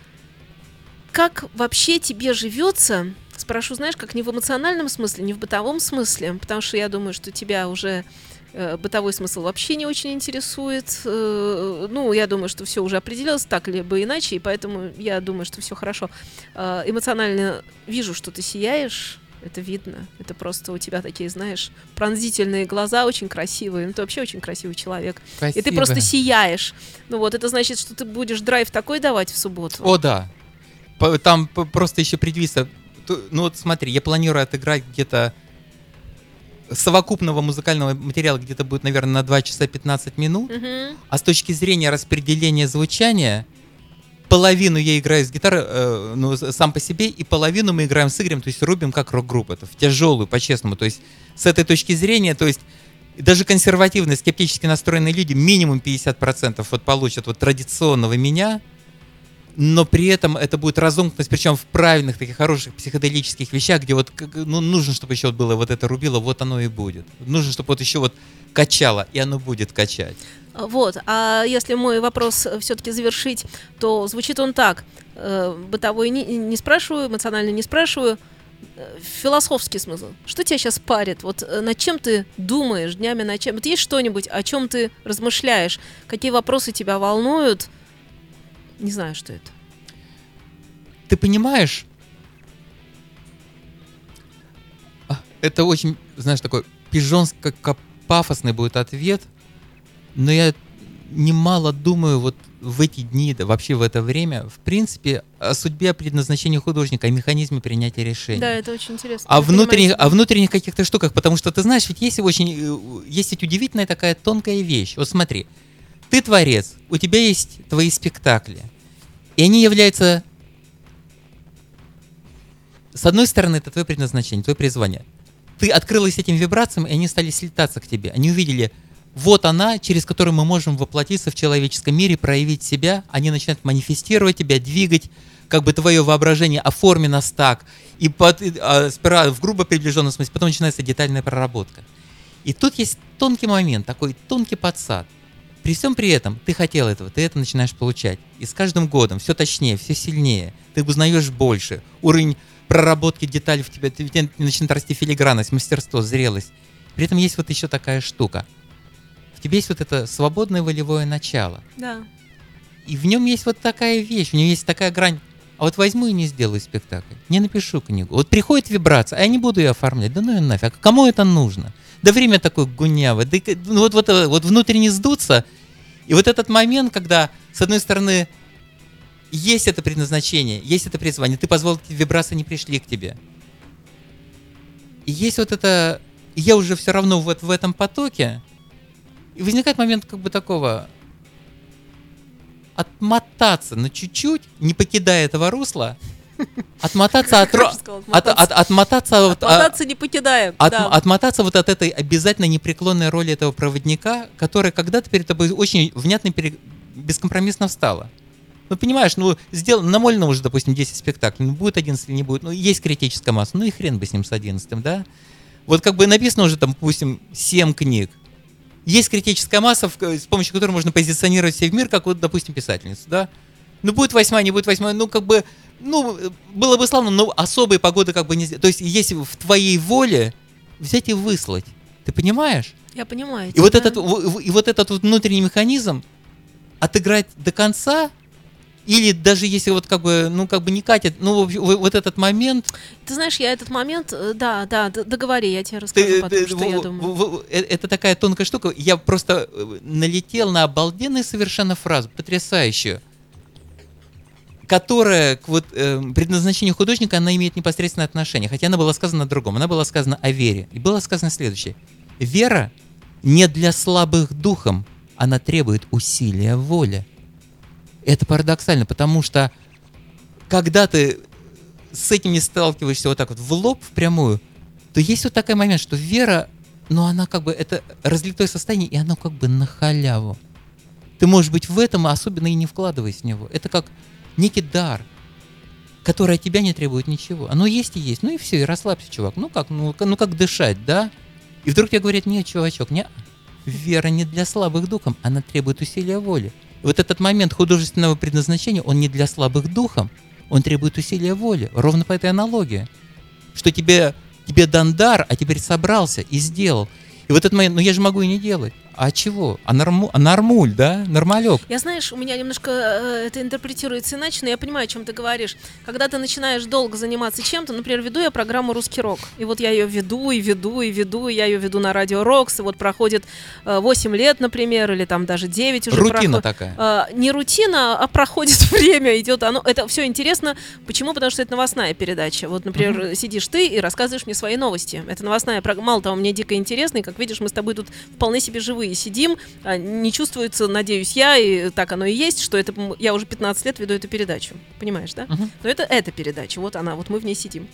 Как вообще тебе живется? Спрошу, знаешь, как не в эмоциональном смысле, не в бытовом смысле. Потому что я думаю, что тебя уже... бытовой смысл вообще не очень интересует. Ну, я думаю, что все уже определилось так либо иначе, и поэтому я думаю, что все хорошо. Эмоционально вижу, что ты сияешь. Это видно. Это просто у тебя такие, знаешь, пронзительные глаза, очень красивые. Ну, ты вообще очень красивый человек. Спасибо. И ты просто сияешь. Ну вот, это значит, что ты будешь драйв такой давать в субботу. О, да. По- Там п- просто еще предвидится. Ту- Ну вот смотри, я планирую отыграть где-то совокупного музыкального материала где-то будет, наверное, на два часа пятнадцать минут. Мгм. А с точки зрения распределения звучания, половину я играю с гитары, э, ну, с- сам по себе, и половину мы играем с Игорем, то есть рубим как рок-группа, это в тяжелую, по-честному. То есть с этой точки зрения, то есть даже консервативные, скептически настроенные люди минимум пятьдесят процентов вот получат вот традиционного меня, но при этом это будет разомкнутость, причем в правильных, таких хороших психоделических вещах, где вот как- ну, нужно, чтобы еще вот было вот это рубило, вот оно и будет. Нужно, чтобы вот еще вот качало, и оно будет качать. Вот, а если мой вопрос все-таки завершить, то звучит он так. Э, Бытовой не, не спрашиваю, эмоционально не спрашиваю. Э, Философский смысл. Что тебя сейчас парит? Вот э, над чем ты думаешь днями, над чем? Вот есть что-нибудь, о чем ты размышляешь? Какие вопросы тебя волнуют? Не знаю, что это. Ты понимаешь, а, это очень, знаешь, такой пижонско-пафосный будет ответ, но я немало думаю вот в эти дни, да, вообще в это время, в принципе, о судьбе, о предназначении художника, о механизме принятия решений. Да, это очень интересно. О Я понимаю внутренних, тебя. о внутренних каких-то штуках, потому что ты знаешь, ведь есть очень, э, есть ведь удивительная такая тонкая вещь. Вот смотри, ты творец, у тебя есть твои спектакли, и они являются, с одной стороны, это твое предназначение, твое призвание. Ты открылась этим вибрациям, и они стали слетаться к тебе. Они увидели, вот она, через которую мы можем воплотиться в человеческом мире, проявить себя. Они начинают манифестировать тебя, двигать, как бы твое воображение оформлено так, и под, а, сперва в грубо приближенном смысле, потом начинается детальная проработка. И тут есть тонкий момент, такой тонкий подсад. При всем при этом ты хотел этого, ты это начинаешь получать. И с каждым годом все точнее, все сильнее. Ты узнаешь больше. Уровень проработки деталей в тебе, ты, тебе начинает расти филигранность, мастерство, зрелость. При этом есть вот еще такая штука. В тебе есть вот это свободное волевое начало. Да. И в нем есть вот такая вещь, у него есть такая грань. А вот возьму и не сделаю спектакль, не напишу книгу. Вот приходит вибрация, а я не буду ее оформлять. Да ну ее нафиг, а кому это нужно? Да время такое гунявое, да и, ну, вот, вот, вот внутренне сдуться. И вот этот момент, когда, с одной стороны, есть это предназначение, есть это призвание, ты позволил, эти вибрации не пришли к тебе. И есть вот это, я уже все равно вот в этом потоке, и возникает момент как бы такого, отмотаться на чуть-чуть, не покидая этого русла, отмотаться от, Хорошо сказал, от, от, отмотаться, от, Отмотаться не покидаем. от- да. отмотаться вот от этой обязательно непреклонной роли этого проводника, которая когда-то перед тобой очень внятно, пере- бескомпромиссно встала. Ну, понимаешь, ну, сделано, намолено уже, допустим, десять спектаклей, ну, будет одиннадцать или не будет, ну, есть критическая масса, ну, и хрен бы с ним, с одиннадцатым, да? Вот как бы написано уже, там, допустим, семь книг. Есть критическая масса, в- с помощью которой можно позиционировать себя в мир, как вот, допустим, писательницу, да? Ну, будет восьмая, не будет восьмая, ну, как бы, ну, было бы славно, но особой погоды как бы не сделать. То есть, если в твоей воле взять и выслать, ты понимаешь? Я понимаю. И вот, тебя. этот, в- в- и вот этот вот внутренний механизм отыграть до конца, или даже если вот как бы, ну, как бы не катит, ну, в общем, вот вот этот момент, Ты знаешь, я этот момент, э, да, да, д- договори, я тебе расскажу ты- потом, ты- что в- я в- думаю. в- э- это такая тонкая штука. Я просто э, налетел на обалденную совершенно фразу, потрясающую, которая к вот э, предназначению художника, она имеет непосредственное отношение, хотя она была сказана о другом, она была сказана о вере. И было сказано следующее. Вера не для слабых духом, она требует усилия воли. Это парадоксально, потому что когда ты с этим не сталкиваешься вот так вот в лоб, впрямую, то есть вот такой момент, что вера, ну она как бы, это разлитое состояние, и оно как бы на халяву. Ты можешь быть в этом, а особенно и не вкладываясь в него. Это как некий дар, который от тебя не требует ничего. Оно есть и есть. Ну и все, и расслабься, чувак. Ну как, ну, к- ну как дышать, да? И вдруг тебе говорят, нет, чувачок, не, вера не для слабых духом, она требует усилия воли. И вот этот момент художественного предназначения, он не для слабых духом, он требует усилия воли. Ровно по этой аналогии. Что тебе, тебе дан дар, а теперь собрался и сделал. И вот этот момент, ну я же могу и не делать. А чего? А, норму, а нормуль, да? Нормалек. Я, знаешь, у меня немножко э, это интерпретируется иначе, но я понимаю, о чем ты говоришь. Когда ты начинаешь долго заниматься чем-то, например, веду я программу «Русский рок», и вот я ее веду, и веду, и веду, и я ее веду на радио «Рокс», и вот проходит э, восемь лет, например, или там даже девять уже. Рутина проход... такая. Э, не рутина, а проходит время, идет оно. Это все интересно. Почему? Потому что это новостная передача. Вот, например, uh-huh. сидишь ты и рассказываешь мне свои новости. Это новостная программа. Мало того, мне дико интересно, и, как видишь, мы с тобой тут вполне себе живые сидим, не чувствуется, надеюсь я, и так оно и есть, что это я уже пятнадцать лет веду эту передачу, понимаешь, да? Uh-huh. Но это эта передача, вот она, вот мы в ней сидим.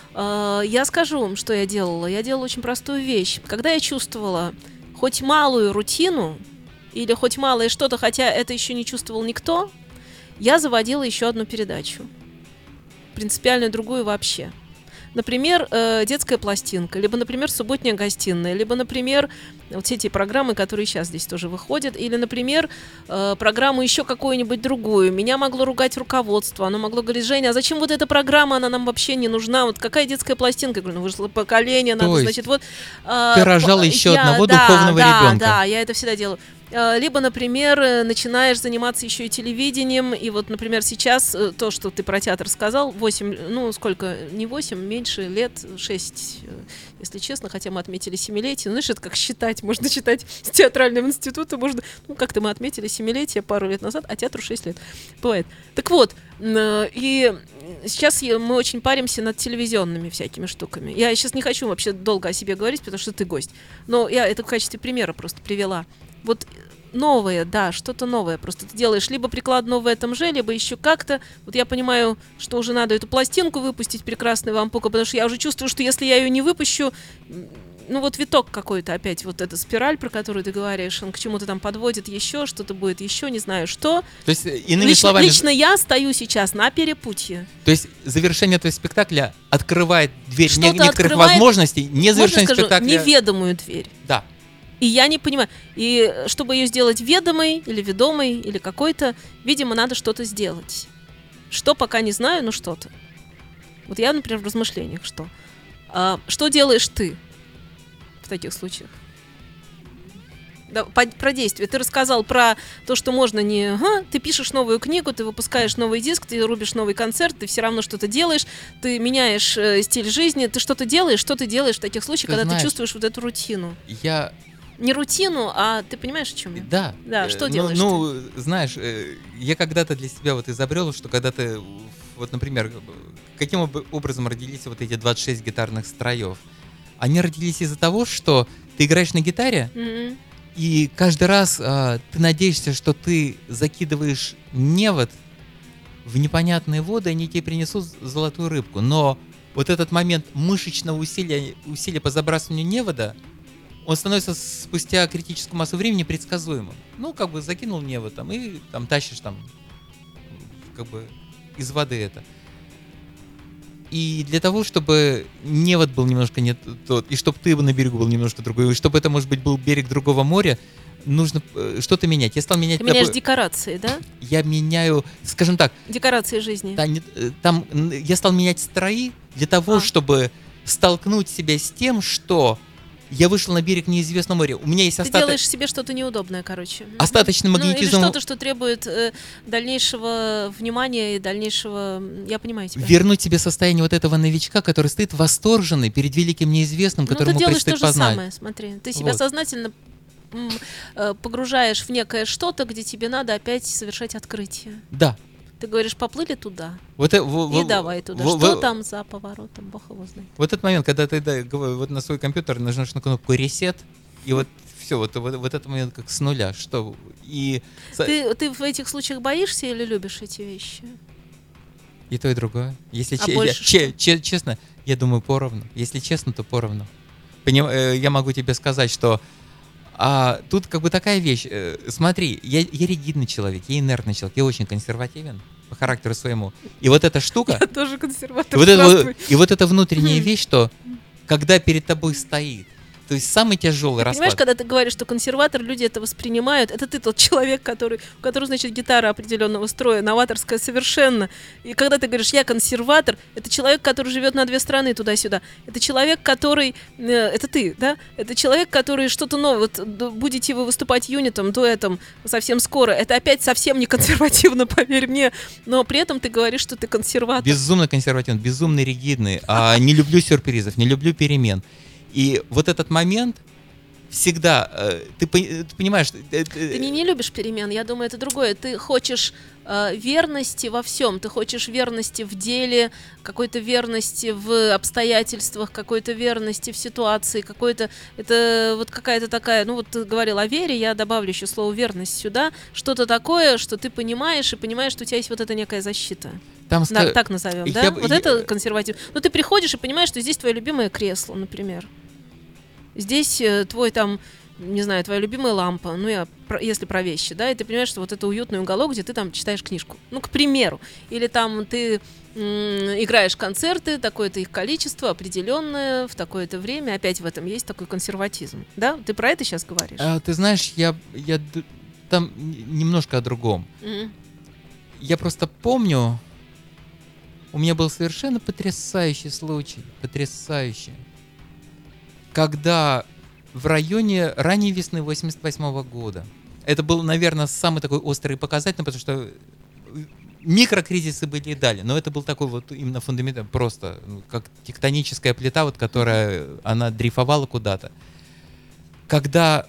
Я скажу вам, что я делала. Я делала очень простую вещь. Когда я чувствовала хоть малую рутину или хоть малое что-то, хотя это еще не чувствовал никто, я заводила еще одну передачу, принципиально другую вообще. Например, э, детская пластинка, либо, например, субботняя гостиная, либо, например, вот все эти программы, которые сейчас здесь тоже выходят, или, например, э, программу еще какую-нибудь другую. Меня могло ругать руководство, оно могло говорить: Женя, а зачем вот эта программа, она нам вообще не нужна, вот какая детская пластинка? Я говорю, ну вышло поколение, надо, То есть значит, вот... Э, ты рожала еще я, одного да, духовного да, ребенка. Да, я это всегда делаю. Либо, например, начинаешь заниматься еще и телевидением, и вот, например, сейчас то, что ты про театр сказал, восемь, ну, сколько, не восемь, меньше лет, шесть, если честно, хотя мы отметили семилетие, ну, знаешь, это как считать, можно считать с театрального института, можно, ну, как-то мы отметили семилетие пару лет назад, а театру шесть лет, бывает. Так вот, и сейчас мы очень паримся над телевизионными всякими штуками. Я сейчас не хочу вообще долго о себе говорить, потому что ты гость, но я это в качестве примера просто привела. Вот новое, да, что-то новое. Просто ты делаешь либо прикладно в этом же, либо еще как-то. Вот я понимаю, что уже надо эту пластинку выпустить, прекрасный вампука, потому что я уже чувствую, что если я ее не выпущу, ну вот виток какой-то опять, вот эта спираль, про которую ты говоришь, он к чему-то там подводит еще, что-то будет еще, не знаю что. То есть, иными лично, словами... Лично я стою сейчас на перепутье. То есть завершение этого спектакля открывает дверь Что-то некоторых открывает, возможностей, не завершение скажу, спектакля... неведомую дверь. Да. И я не понимаю. И чтобы ее сделать ведомой или ведомой, или какой-то, видимо, надо что-то сделать. Что, пока не знаю, но что-то. Вот я, например, в размышлениях, что. А, что делаешь ты в таких случаях? Да, по, про действие. Ты рассказал про то, что можно не... Ага, ты пишешь новую книгу, ты выпускаешь новый диск, ты рубишь новый концерт, ты все равно что-то делаешь, ты меняешь э, стиль жизни, ты что-то делаешь, что ты делаешь в таких случаях, ты когда знаешь, ты чувствуешь вот эту рутину? Я... Не рутину, а ты понимаешь, о чем я? Да. Да, что ну, делаешь Ну, ты? знаешь, я когда-то для себя вот изобрел, что когда ты, вот, например, каким образом родились вот эти двадцать шесть гитарных строев? Они родились из-за того, что ты играешь на гитаре, mm-hmm. и каждый раз а, ты надеешься, что ты закидываешь невод в непонятные воды, они тебе принесут золотую рыбку. Но вот этот момент мышечного усилия, усилия по забрасыванию невода, он становится спустя критическую массу времени предсказуемым. Ну, как бы закинул невод там и там тащишь там как бы из воды это. И для того, чтобы невод был немножко не тот, и чтобы ты на берегу был немножко другой, и чтобы это, может быть, был берег другого моря, нужно что-то менять. Я стал менять... Ты меняешь такой... декорации, да? Я меняю, скажем так... Декорации жизни. Да, не, там я стал менять строи для того, а. чтобы столкнуть себя с тем, что я вышел на берег неизвестного моря. У меня есть остаток... Ты делаешь себе что-то неудобное, короче. Остаточный магнетизм. Ну, или что-то, что требует э, дальнейшего внимания и дальнейшего... Я понимаю тебя. Вернуть себе состояние вот этого новичка, который стоит восторженный перед великим неизвестным, ну, которому предстоит познать. Ну, ты делаешь то же самое, смотри. Ты себя вот. сознательно м, э, погружаешь в некое что-то, где тебе надо опять совершать открытие. Да. Ты говоришь, поплыли туда, вот, и в, давай туда. В, что в, там за поворотом, бог его знает. Вот этот момент, когда ты да, вот на свой компьютер нажмешь на кнопку «Reset», и вот все, вот, вот, вот этот момент как с нуля. Что, и... ты, ты в этих случаях боишься или любишь эти вещи? И то, и другое. Если а че, я, че, че, честно, я думаю, поровну. Если честно, то поровну. Поним, я могу тебе сказать, что А тут как бы такая вещь. Смотри, я, я ригидный человек, я инертный человек, я очень консервативен по характеру своему. И вот эта штука... Я тоже консерватор. И вот, это, и вот эта внутренняя вещь, что когда перед тобой стоит То есть самый тяжелый Ты расклад. понимаешь, когда ты говоришь, что консерватор, люди это воспринимают, это ты тот человек, который, у которого, значит, гитара определенного строя, новаторская совершенно. И когда ты говоришь, я консерватор, это человек, который живет на две страны туда-сюда. Это человек, который, э, это ты, да? Это человек, который что-то новое, вот д- будете вы выступать юнитом, дуэтом совсем скоро. Это опять совсем не консервативно, поверь мне. Но при этом ты говоришь, что ты консерватор. Безумно консервативный, безумно ригидный. А, не люблю сюрпризов, не люблю перемен. И вот этот момент всегда, э, ты, ты понимаешь... Э, Ты не, не любишь перемен, я думаю, это другое. Ты хочешь э, верности во всем, ты хочешь верности в деле, какой-то верности в обстоятельствах, какой-то верности в ситуации, какой-то... Это вот какая-то такая... Ну вот ты говорил о вере, я добавлю еще слово верность сюда. Что-то такое, что ты понимаешь, и понимаешь, что у тебя есть вот эта некая защита. Там Да, ска... так назовем, я да? б- Вот я- это консерватив. Ну, ты приходишь и понимаешь, что здесь твое любимое кресло, например. Здесь э, твой там, не знаю, твоя любимая лампа, ну, я, про- если про вещи, да, и ты понимаешь, что вот это уютный уголок, где ты там читаешь книжку. Ну, к примеру. Или там ты м, играешь концерты, такое-то их количество определенное, в такое-то время. Опять в этом есть такой консерватизм. Да? Ты про это сейчас говоришь? А, ты знаешь, я, я д- там н- немножко о другом. Мгм. Я просто помню, у меня был совершенно потрясающий случай, потрясающий, когда в районе ранней весны восемьдесят восьмого года, это был, наверное, самый такой острый показатель, потому что микрокризисы были и далее, но это был такой вот именно фундамент, просто ну, как тектоническая плита, вот, которая, она дрейфовала куда-то. Когда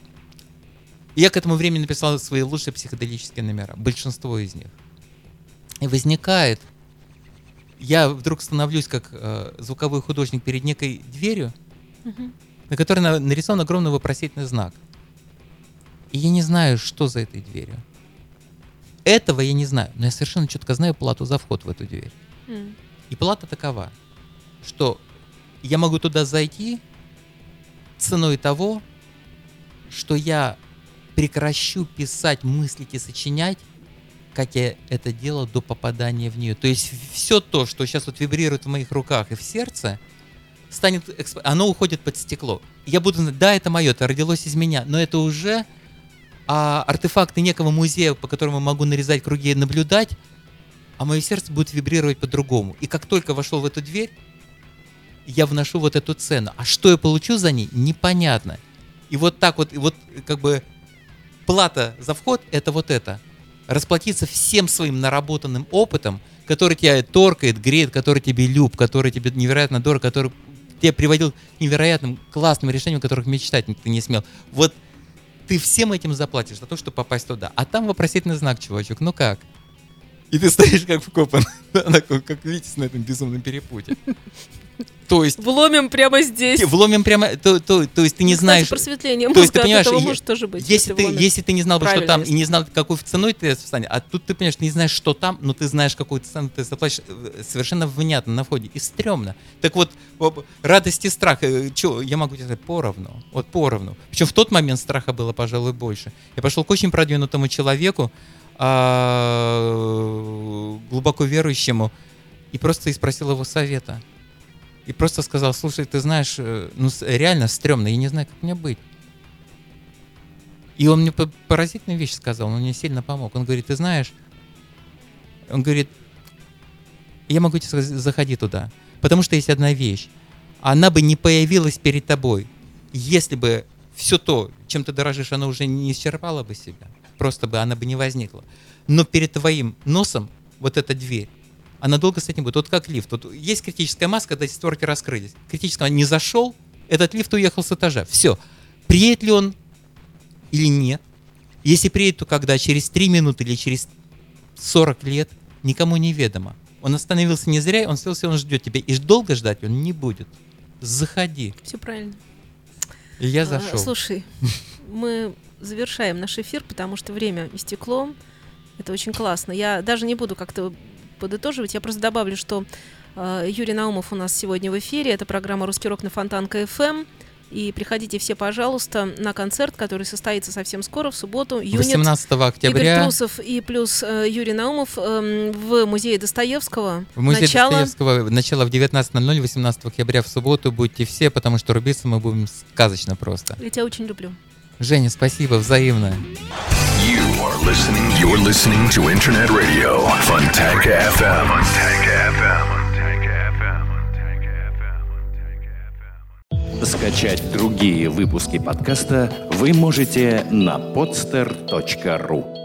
я к этому времени написал свои лучшие психоделические номера, большинство из них. И возникает, я вдруг становлюсь как э, звуковой художник перед некой дверью, Мгм. на которой на- нарисован огромный вопросительный знак. И я не знаю, что за этой дверью. Этого я не знаю, но я совершенно четко знаю плату за вход в эту дверь. М. И плата такова, что я могу туда зайти ценой того, что я прекращу писать, мыслить и сочинять, как я это делал до попадания в нее. То есть все то, что сейчас вот вибрирует в моих руках и в сердце, станет, эксп- оно уходит под стекло. И я буду знать, да, это мое, это родилось из меня, но это уже а, артефакты некого музея, по которому могу нарезать круги и наблюдать, а мое сердце будет вибрировать по-другому. И как только вошел в эту дверь, я вношу вот эту цену. А что я получу за ней, непонятно. И вот так вот, и вот как бы плата за вход — это вот это. Расплатиться всем своим наработанным опытом, который тебя торкает, греет, который тебе люб, который тебе невероятно дорог, который тебя приводил к невероятным классным решениям, которых мечтать ты не смел. Вот ты всем этим заплатишь за то, чтобы попасть туда. А там вопросительный знак, чувачок, ну как? И ты стоишь как вкопан, как Витязь на этом безумном перепуте. То есть Вломим прямо здесь. вломим прямо, то, то, то есть ты не Ну, кстати, знаешь... просветление То есть ты мозга от понимаешь, этого е- может тоже быть. Если ты, вломят. если ты не знал бы, что Правильно, там, и если- не знал, какой ценой ты встанешь, а тут ты понимаешь, не знаешь, что там, но ты знаешь, какую цену ты заплатишь, э, совершенно внятно на входе, и стрёмно. Так вот, об- радость и страх, э, чё, я могу тебе сказать, поровну, вот поровну. Причем в тот момент страха было, пожалуй, больше. Я пошел к очень продвинутому человеку, а, глубоко верующему, и просто и спросил его совета. И просто сказал, слушай, ты знаешь, э, ну с- реально стрёмно, я не знаю, как мне быть. И он мне по- поразительную вещь сказал, он мне сильно помог. Он говорит, ты знаешь, он говорит, я могу тебе сказать, заходи туда. Потому что есть одна вещь. Она бы не появилась перед тобой, если бы все то, чем ты дорожишь, оно уже не исчерпало бы себя. Просто бы она бы не возникла. Но перед твоим носом вот эта дверь, она долго с этим будет. Вот как лифт. Вот есть критическая масса, когда эти створки раскрылись. Критическая не зашел, этот лифт уехал с этажа. Все. Приедет ли он или нет? Если приедет, то когда? Через три минуты или через сорок лет? Никому не ведомо. Он остановился не зря, он селся, он ждет тебя. И долго ждать он не будет. Заходи. Все правильно. И я А, зашел. Слушай, мы завершаем наш эфир, потому что время истекло. Это очень классно. Я даже не буду как-то подытоживать, я просто добавлю, что э, Юрий Наумов у нас сегодня в эфире. Это программа «Русский рок» на Фонтанка эф эм. И приходите все, пожалуйста, на концерт, который состоится совсем скоро, в субботу. Юнит, восемнадцатого октября. Игорь Трусов и плюс э, Юрий Наумов э, в музее Достоевского. В музее начало... Достоевского. Начало в девятнадцать ноль ноль, восемнадцатого октября в субботу. Будьте все, потому что рубиться мы будем сказочно просто. Я тебя очень люблю. Женя, спасибо, взаимно. You are listening, you're listening to Internet Radio Fontanka эф эм. Fontanka эф эм. Скачать другие выпуски подкаста вы можете на podster точка ru.